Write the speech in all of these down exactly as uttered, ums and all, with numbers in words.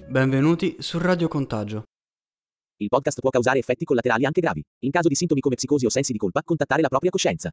Benvenuti su Radio Contagio. Il podcast può causare effetti collaterali anche gravi. In caso di sintomi come psicosi o sensi di colpa, contattare la propria coscienza.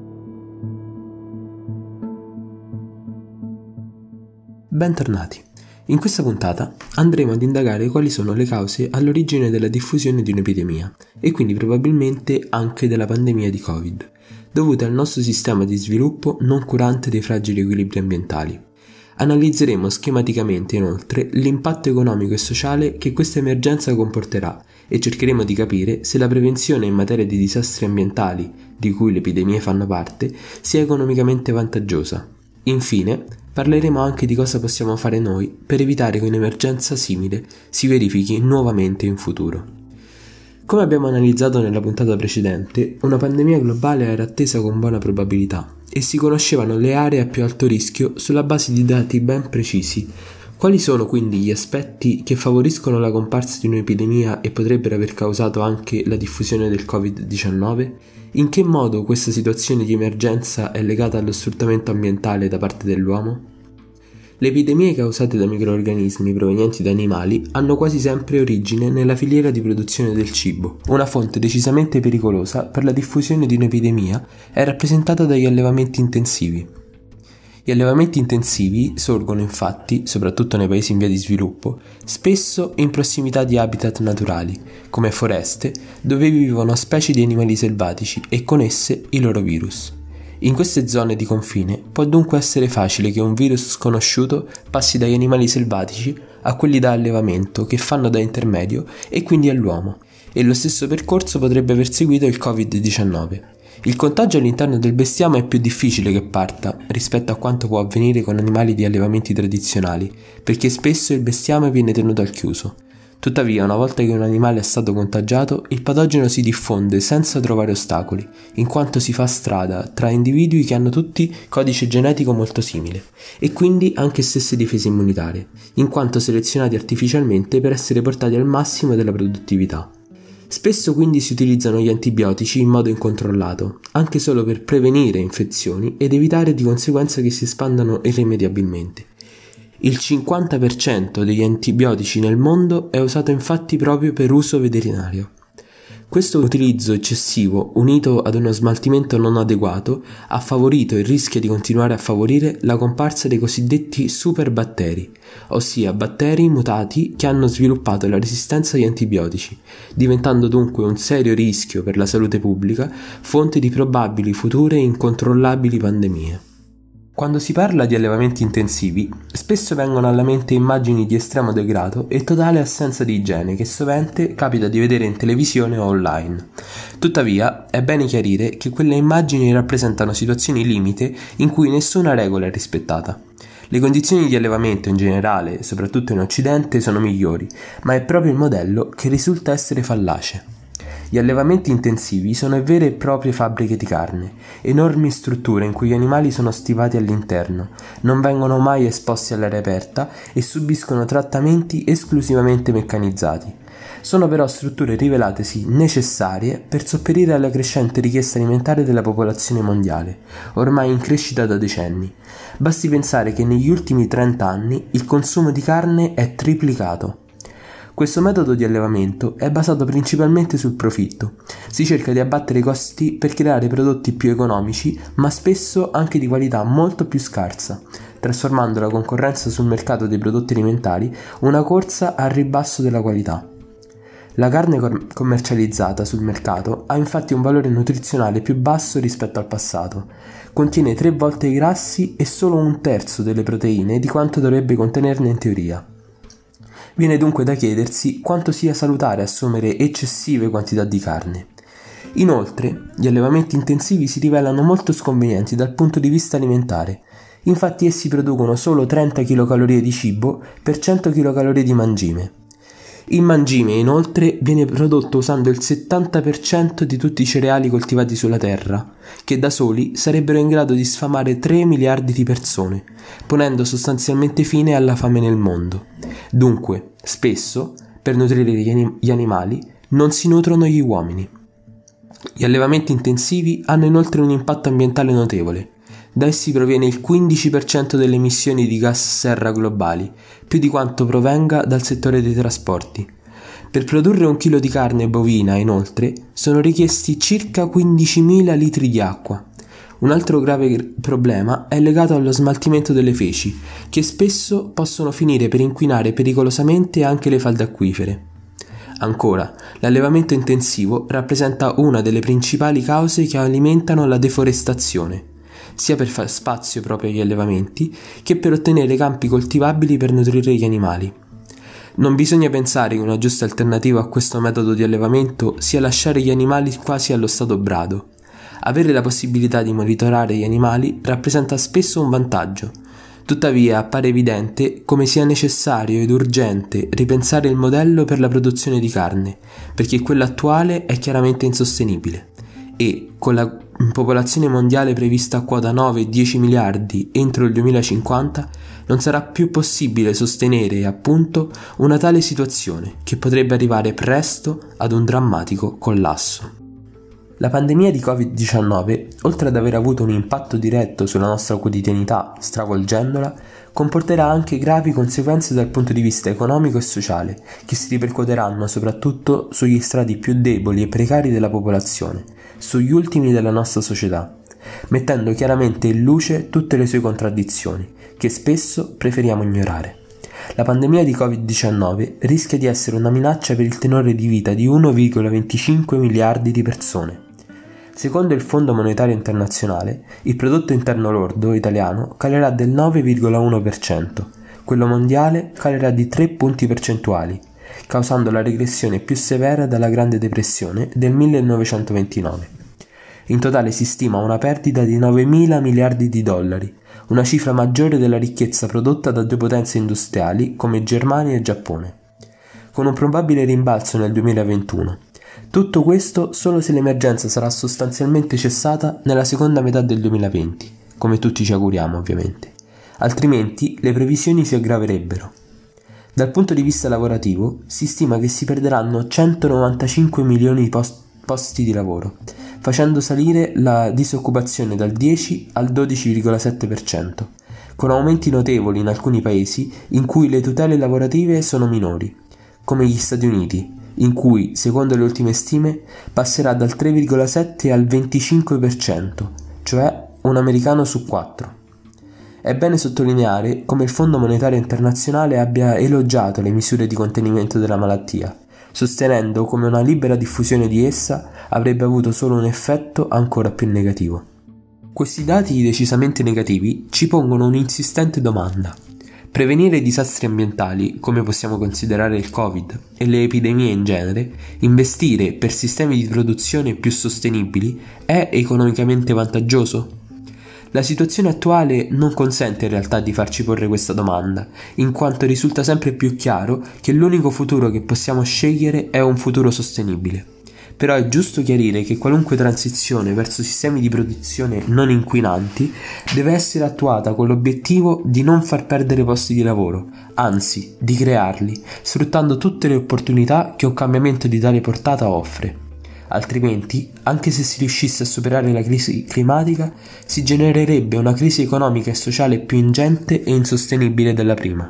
Bentornati. In questa puntata andremo ad indagare quali sono le cause all'origine della diffusione di un'epidemia e quindi probabilmente anche della pandemia di Covid, dovute al nostro sistema di sviluppo non curante dei fragili equilibri ambientali. Analizzeremo schematicamente inoltre l'impatto economico e sociale che questa emergenza comporterà e cercheremo di capire se la prevenzione in materia di disastri ambientali, di cui le epidemie fanno parte, sia economicamente vantaggiosa. Infine, parleremo anche di cosa possiamo fare noi per evitare che un'emergenza simile si verifichi nuovamente in futuro. Come abbiamo analizzato nella puntata precedente, una pandemia globale era attesa con buona probabilità e si conoscevano le aree a più alto rischio sulla base di dati ben precisi. Quali sono quindi gli aspetti che favoriscono la comparsa di un'epidemia e potrebbero aver causato anche la diffusione del covid diciannove? In che modo questa situazione di emergenza è legata allo sfruttamento ambientale da parte dell'uomo? Le epidemie causate da microrganismi provenienti da animali hanno quasi sempre origine nella filiera di produzione del cibo. Una fonte decisamente pericolosa per la diffusione di un'epidemia è rappresentata dagli allevamenti intensivi. Gli allevamenti intensivi sorgono infatti, soprattutto nei paesi in via di sviluppo, spesso in prossimità di habitat naturali, come foreste, dove vivono specie di animali selvatici e con esse i loro virus. In queste zone di confine può dunque essere facile che un virus sconosciuto passi dagli animali selvatici a quelli da allevamento che fanno da intermedio e quindi all'uomo, e lo stesso percorso potrebbe aver seguito il covid diciannove. Il contagio all'interno del bestiame è più difficile che parta rispetto a quanto può avvenire con animali di allevamenti tradizionali, perché spesso il bestiame viene tenuto al chiuso. Tuttavia, una volta che un animale è stato contagiato, il patogeno si diffonde senza trovare ostacoli, in quanto si fa strada tra individui che hanno tutti codice genetico molto simile, e quindi anche stesse difese immunitarie, in quanto selezionati artificialmente per essere portati al massimo della produttività. Spesso quindi si utilizzano gli antibiotici in modo incontrollato, anche solo per prevenire infezioni ed evitare di conseguenza che si espandano irrimediabilmente. Il cinquanta per cento degli antibiotici nel mondo è usato infatti proprio per uso veterinario. Questo utilizzo eccessivo, unito ad uno smaltimento non adeguato, ha favorito e rischia di continuare a favorire la comparsa dei cosiddetti superbatteri, ossia batteri mutati che hanno sviluppato la resistenza agli antibiotici, diventando dunque un serio rischio per la salute pubblica, fonte di probabili future e incontrollabili pandemie. Quando si parla di allevamenti intensivi, spesso vengono alla mente immagini di estremo degrado e totale assenza di igiene che sovente capita di vedere in televisione o online. Tuttavia, è bene chiarire che quelle immagini rappresentano situazioni limite in cui nessuna regola è rispettata. Le condizioni di allevamento in generale, soprattutto in Occidente, sono migliori, ma è proprio il modello che risulta essere fallace. Gli allevamenti intensivi sono vere e proprie fabbriche di carne, enormi strutture in cui gli animali sono stivati all'interno, non vengono mai esposti all'aria aperta e subiscono trattamenti esclusivamente meccanizzati. Sono però strutture rivelatesi necessarie per sopperire alla crescente richiesta alimentare della popolazione mondiale, ormai in crescita da decenni. Basti pensare che negli ultimi trenta anni il consumo di carne è triplicato. Questo metodo di allevamento è basato principalmente sul profitto. Si cerca di abbattere i costi per creare prodotti più economici, ma spesso anche di qualità molto più scarsa, trasformando la concorrenza sul mercato dei prodotti alimentari una corsa al ribasso della qualità. La carne com- commercializzata sul mercato ha infatti un valore nutrizionale più basso rispetto al passato. Contiene tre volte i grassi e solo un terzo delle proteine di quanto dovrebbe contenerne in teoria. Viene dunque da chiedersi quanto sia salutare assumere eccessive quantità di carne. Inoltre, gli allevamenti intensivi si rivelano molto sconvenienti dal punto di vista alimentare. Infatti essi producono solo trenta chilocalorie di cibo per cento chilocalorie di mangime. Il mangime, inoltre, viene prodotto usando il settanta per cento di tutti i cereali coltivati sulla Terra, che da soli sarebbero in grado di sfamare tre miliardi di persone, ponendo sostanzialmente fine alla fame nel mondo. Dunque, spesso, per nutrire gli, anim- gli animali, non si nutrono gli uomini. Gli allevamenti intensivi hanno inoltre un impatto ambientale notevole. Da essi proviene il quindici per cento delle emissioni di gas serra globali, più di quanto provenga dal settore dei trasporti. Per produrre un chilo di carne bovina, inoltre, sono richiesti circa quindicimila litri di acqua. Un altro grave problema è legato allo smaltimento delle feci, che spesso possono finire per inquinare pericolosamente anche le falde acquifere. Ancora, l'allevamento intensivo rappresenta una delle principali cause che alimentano la deforestazione, sia per far spazio proprio agli allevamenti che per ottenere campi coltivabili per nutrire gli animali. Non bisogna pensare che una giusta alternativa a questo metodo di allevamento sia lasciare gli animali quasi allo stato brado. Avere la possibilità di monitorare gli animali rappresenta spesso un vantaggio. Tuttavia appare evidente come sia necessario ed urgente ripensare il modello per la produzione di carne, perché quello attuale è chiaramente insostenibile e, con la popolazione mondiale prevista a quota nove dieci miliardi entro il duemilacinquanta, non sarà più possibile sostenere, appunto, una tale situazione che potrebbe arrivare presto ad un drammatico collasso. La pandemia di covid diciannove, oltre ad aver avuto un impatto diretto sulla nostra quotidianità, stravolgendola, comporterà anche gravi conseguenze dal punto di vista economico e sociale, che si ripercuoteranno soprattutto sugli strati più deboli e precari della popolazione, sugli ultimi della nostra società, mettendo chiaramente in luce tutte le sue contraddizioni, che spesso preferiamo ignorare. La pandemia di covid diciannove rischia di essere una minaccia per il tenore di vita di uno virgola venticinque miliardi di persone. Secondo il Fondo Monetario Internazionale, il prodotto interno lordo italiano calerà del nove virgola uno per cento, quello mondiale calerà di tre punti percentuali, causando la regressione più severa dalla Grande Depressione del millenovecentoventinove. In totale si stima una perdita di novemila miliardi di dollari, una cifra maggiore della ricchezza prodotta da due potenze industriali come Germania e Giappone, con un probabile rimbalzo nel duemilaventuno. Tutto questo solo se l'emergenza sarà sostanzialmente cessata nella seconda metà del duemilaventi, come tutti ci auguriamo ovviamente, altrimenti le previsioni si aggraverebbero. Dal punto di vista lavorativo si stima che si perderanno centonovantacinque milioni di post- posti di lavoro, facendo salire la disoccupazione dal dieci al dodici virgola sette per cento, con aumenti notevoli in alcuni paesi in cui le tutele lavorative sono minori, come gli Stati Uniti, in cui, secondo le ultime stime, passerà dal tre virgola sette al venticinque per cento, cioè un americano su quattro. È bene sottolineare come il Fondo Monetario Internazionale abbia elogiato le misure di contenimento della malattia, sostenendo come una libera diffusione di essa avrebbe avuto solo un effetto ancora più negativo. Questi dati decisamente negativi ci pongono un'insistente domanda. Prevenire i disastri ambientali, come possiamo considerare il Covid, e le epidemie in genere, investire per sistemi di produzione più sostenibili, è economicamente vantaggioso? La situazione attuale non consente in realtà di farci porre questa domanda, in quanto risulta sempre più chiaro che l'unico futuro che possiamo scegliere è un futuro sostenibile. Però è giusto chiarire che qualunque transizione verso sistemi di produzione non inquinanti deve essere attuata con l'obiettivo di non far perdere posti di lavoro, anzi di crearli, sfruttando tutte le opportunità che un cambiamento di tale portata offre. Altrimenti, anche se si riuscisse a superare la crisi climatica, si genererebbe una crisi economica e sociale più ingente e insostenibile della prima.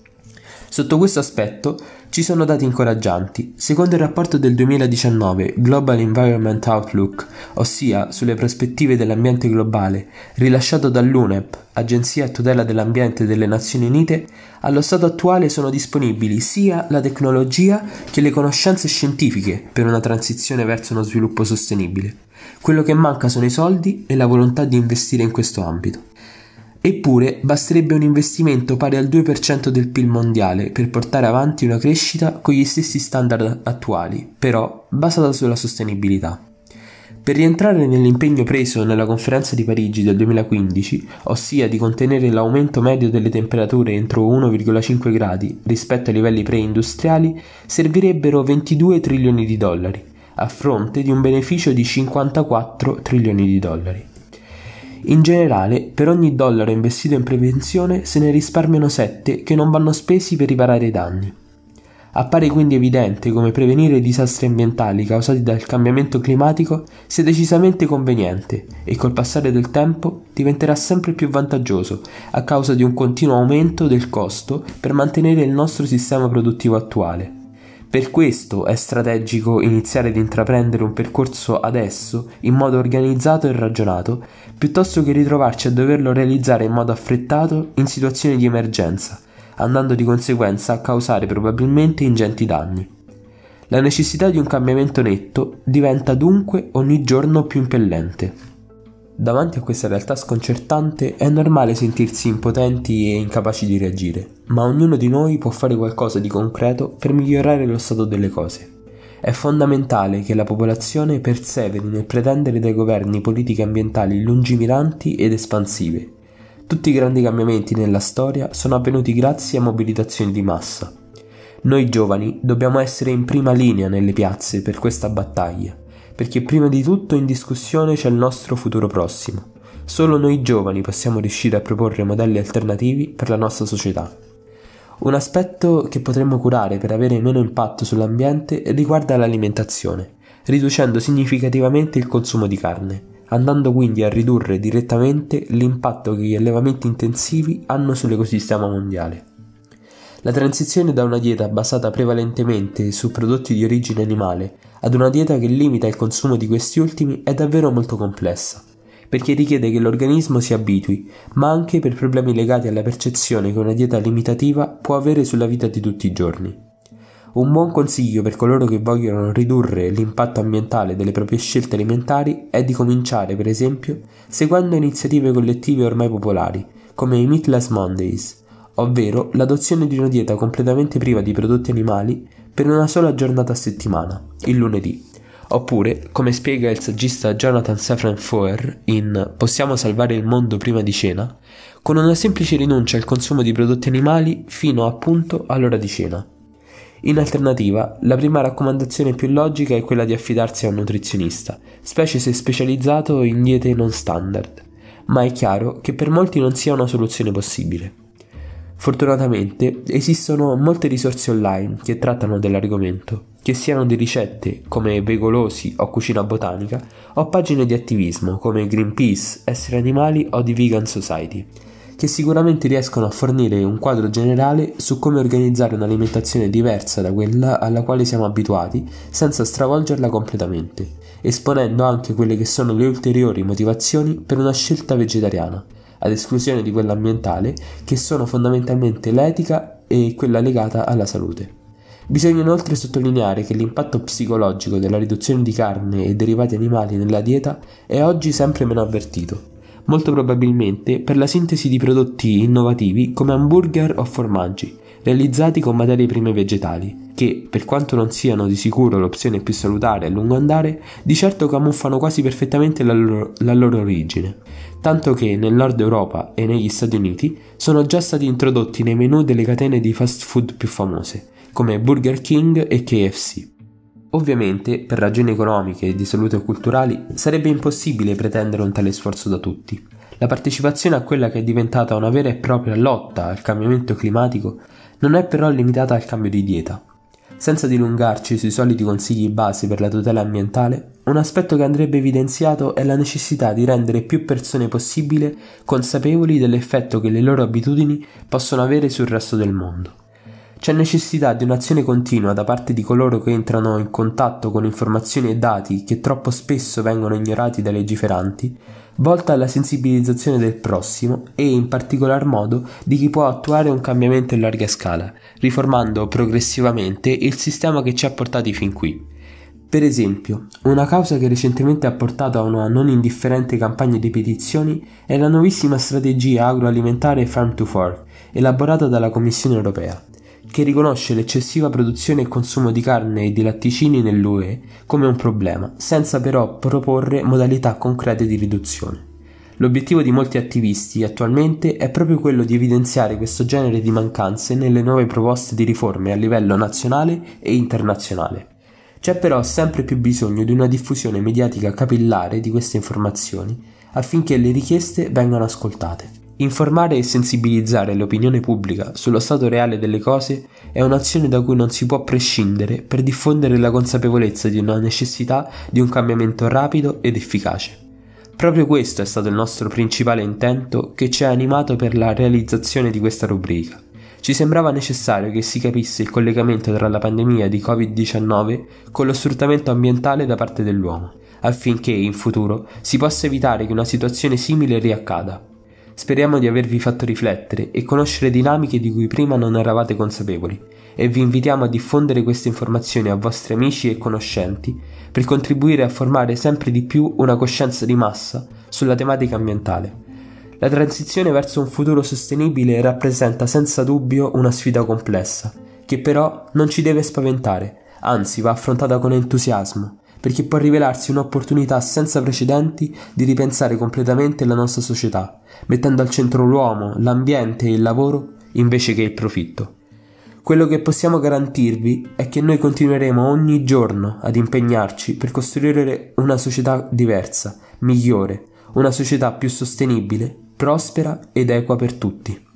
Sotto questo aspetto ci sono dati incoraggianti. Secondo il rapporto del duemiladiciannove Global Environment Outlook, ossia sulle prospettive dell'ambiente globale, rilasciato dall'U N E P, Agenzia a tutela dell'ambiente delle Nazioni Unite, allo stato attuale sono disponibili sia la tecnologia che le conoscenze scientifiche per una transizione verso uno sviluppo sostenibile. Quello che manca sono i soldi e la volontà di investire in questo ambito. Eppure basterebbe un investimento pari al due per cento del P I L mondiale per portare avanti una crescita con gli stessi standard attuali, però basata sulla sostenibilità. Per rientrare nell'impegno preso nella conferenza di Parigi del duemilaquindici, ossia di contenere l'aumento medio delle temperature entro uno virgola cinque gradi rispetto ai livelli pre-industriali, servirebbero ventidue trilioni di dollari, a fronte di un beneficio di cinquantaquattro trilioni di dollari. In generale, per ogni dollaro investito in prevenzione se ne risparmiano sette che non vanno spesi per riparare i danni. Appare quindi evidente come prevenire i disastri ambientali causati dal cambiamento climatico sia decisamente conveniente e col passare del tempo diventerà sempre più vantaggioso a causa di un continuo aumento del costo per mantenere il nostro sistema produttivo attuale. Per questo è strategico iniziare ad intraprendere un percorso adesso in modo organizzato e ragionato, piuttosto che ritrovarci a doverlo realizzare in modo affrettato in situazioni di emergenza, andando di conseguenza a causare probabilmente ingenti danni. La necessità di un cambiamento netto diventa dunque ogni giorno più impellente. Davanti a questa realtà sconcertante è normale sentirsi impotenti e incapaci di reagire, ma ognuno di noi può fare qualcosa di concreto per migliorare lo stato delle cose. È fondamentale che la popolazione perseveri nel pretendere dai governi politiche ambientali lungimiranti ed espansive. Tutti i grandi cambiamenti nella storia sono avvenuti grazie a mobilitazioni di massa. Noi giovani dobbiamo essere in prima linea nelle piazze per questa battaglia, perché prima di tutto in discussione c'è il nostro futuro prossimo. Solo noi giovani possiamo riuscire a proporre modelli alternativi per la nostra società. Un aspetto che potremmo curare per avere meno impatto sull'ambiente riguarda l'alimentazione, riducendo significativamente il consumo di carne, andando quindi a ridurre direttamente l'impatto che gli allevamenti intensivi hanno sull'ecosistema mondiale. La transizione da una dieta basata prevalentemente su prodotti di origine animale ad una dieta che limita il consumo di questi ultimi è davvero molto complessa, perché richiede che l'organismo si abitui, ma anche per problemi legati alla percezione che una dieta limitativa può avere sulla vita di tutti i giorni. Un buon consiglio per coloro che vogliono ridurre l'impatto ambientale delle proprie scelte alimentari è di cominciare, per esempio, seguendo iniziative collettive ormai popolari, come i Meatless Mondays, ovvero l'adozione di una dieta completamente priva di prodotti animali per una sola giornata a settimana, il lunedì. Oppure, come spiega il saggista Jonathan Safran Foer in Possiamo salvare il mondo prima di cena, con una semplice rinuncia al consumo di prodotti animali fino appunto all'ora di cena. In alternativa, la prima raccomandazione più logica è quella di affidarsi a un nutrizionista, specie se specializzato in diete non standard, ma è chiaro che per molti non sia una soluzione possibile. Fortunatamente esistono molte risorse online che trattano dell'argomento, che siano di ricette come Vegolosi o Cucina Botanica, o pagine di attivismo come Greenpeace, Essere Animali o The Vegan Society, che sicuramente riescono a fornire un quadro generale su come organizzare un'alimentazione diversa da quella alla quale siamo abituati senza stravolgerla completamente, esponendo anche quelle che sono le ulteriori motivazioni per una scelta vegetariana, ad esclusione di quella ambientale, che sono fondamentalmente l'etica e quella legata alla salute. Bisogna inoltre sottolineare che l'impatto psicologico della riduzione di carne e derivati animali nella dieta è oggi sempre meno avvertito, molto probabilmente per la sintesi di prodotti innovativi come hamburger o formaggi, realizzati con materie prime vegetali, che, per quanto non siano di sicuro l'opzione più salutare a lungo andare, di certo camuffano quasi perfettamente la loro, la loro origine, tanto che nel Nord Europa e negli Stati Uniti sono già stati introdotti nei menù delle catene di fast food più famose, come Burger King e K F C. Ovviamente, per ragioni economiche e di salute o culturali, sarebbe impossibile pretendere un tale sforzo da tutti. La partecipazione a quella che è diventata una vera e propria lotta al cambiamento climatico non è però limitata al cambio di dieta. Senza dilungarci sui soliti consigli base per la tutela ambientale, un aspetto che andrebbe evidenziato è la necessità di rendere più persone possibile consapevoli dell'effetto che le loro abitudini possono avere sul resto del mondo. C'è necessità di un'azione continua da parte di coloro che entrano in contatto con informazioni e dati che troppo spesso vengono ignorati dai legiferanti, volta alla sensibilizzazione del prossimo e in particolar modo di chi può attuare un cambiamento in larga scala, riformando progressivamente il sistema che ci ha portati fin qui. Per esempio, una causa che recentemente ha portato a una non indifferente campagna di petizioni è la nuovissima strategia agroalimentare Farm to Fork, elaborata dalla Commissione europea, che riconosce l'eccessiva produzione e consumo di carne e di latticini nell'U E come un problema, senza però proporre modalità concrete di riduzione. L'obiettivo di molti attivisti attualmente è proprio quello di evidenziare questo genere di mancanze nelle nuove proposte di riforme a livello nazionale e internazionale. C'è però sempre più bisogno di una diffusione mediatica capillare di queste informazioni affinché le richieste vengano ascoltate. Informare e sensibilizzare l'opinione pubblica sullo stato reale delle cose è un'azione da cui non si può prescindere per diffondere la consapevolezza di una necessità di un cambiamento rapido ed efficace. Proprio questo è stato il nostro principale intento che ci ha animato per la realizzazione di questa rubrica. Ci sembrava necessario che si capisse il collegamento tra la pandemia di covid diciannove con lo sfruttamento ambientale da parte dell'uomo, affinché in futuro si possa evitare che una situazione simile riaccada. Speriamo di avervi fatto riflettere e conoscere dinamiche di cui prima non eravate consapevoli e vi invitiamo a diffondere queste informazioni a vostri amici e conoscenti per contribuire a formare sempre di più una coscienza di massa sulla tematica ambientale. La transizione verso un futuro sostenibile rappresenta senza dubbio una sfida complessa, che però non ci deve spaventare, anzi va affrontata con entusiasmo, perché può rivelarsi un'opportunità senza precedenti di ripensare completamente la nostra società, mettendo al centro l'uomo, l'ambiente e il lavoro invece che il profitto. Quello che possiamo garantirvi è che noi continueremo ogni giorno ad impegnarci per costruire una società diversa, migliore, una società più sostenibile, prospera ed equa per tutti.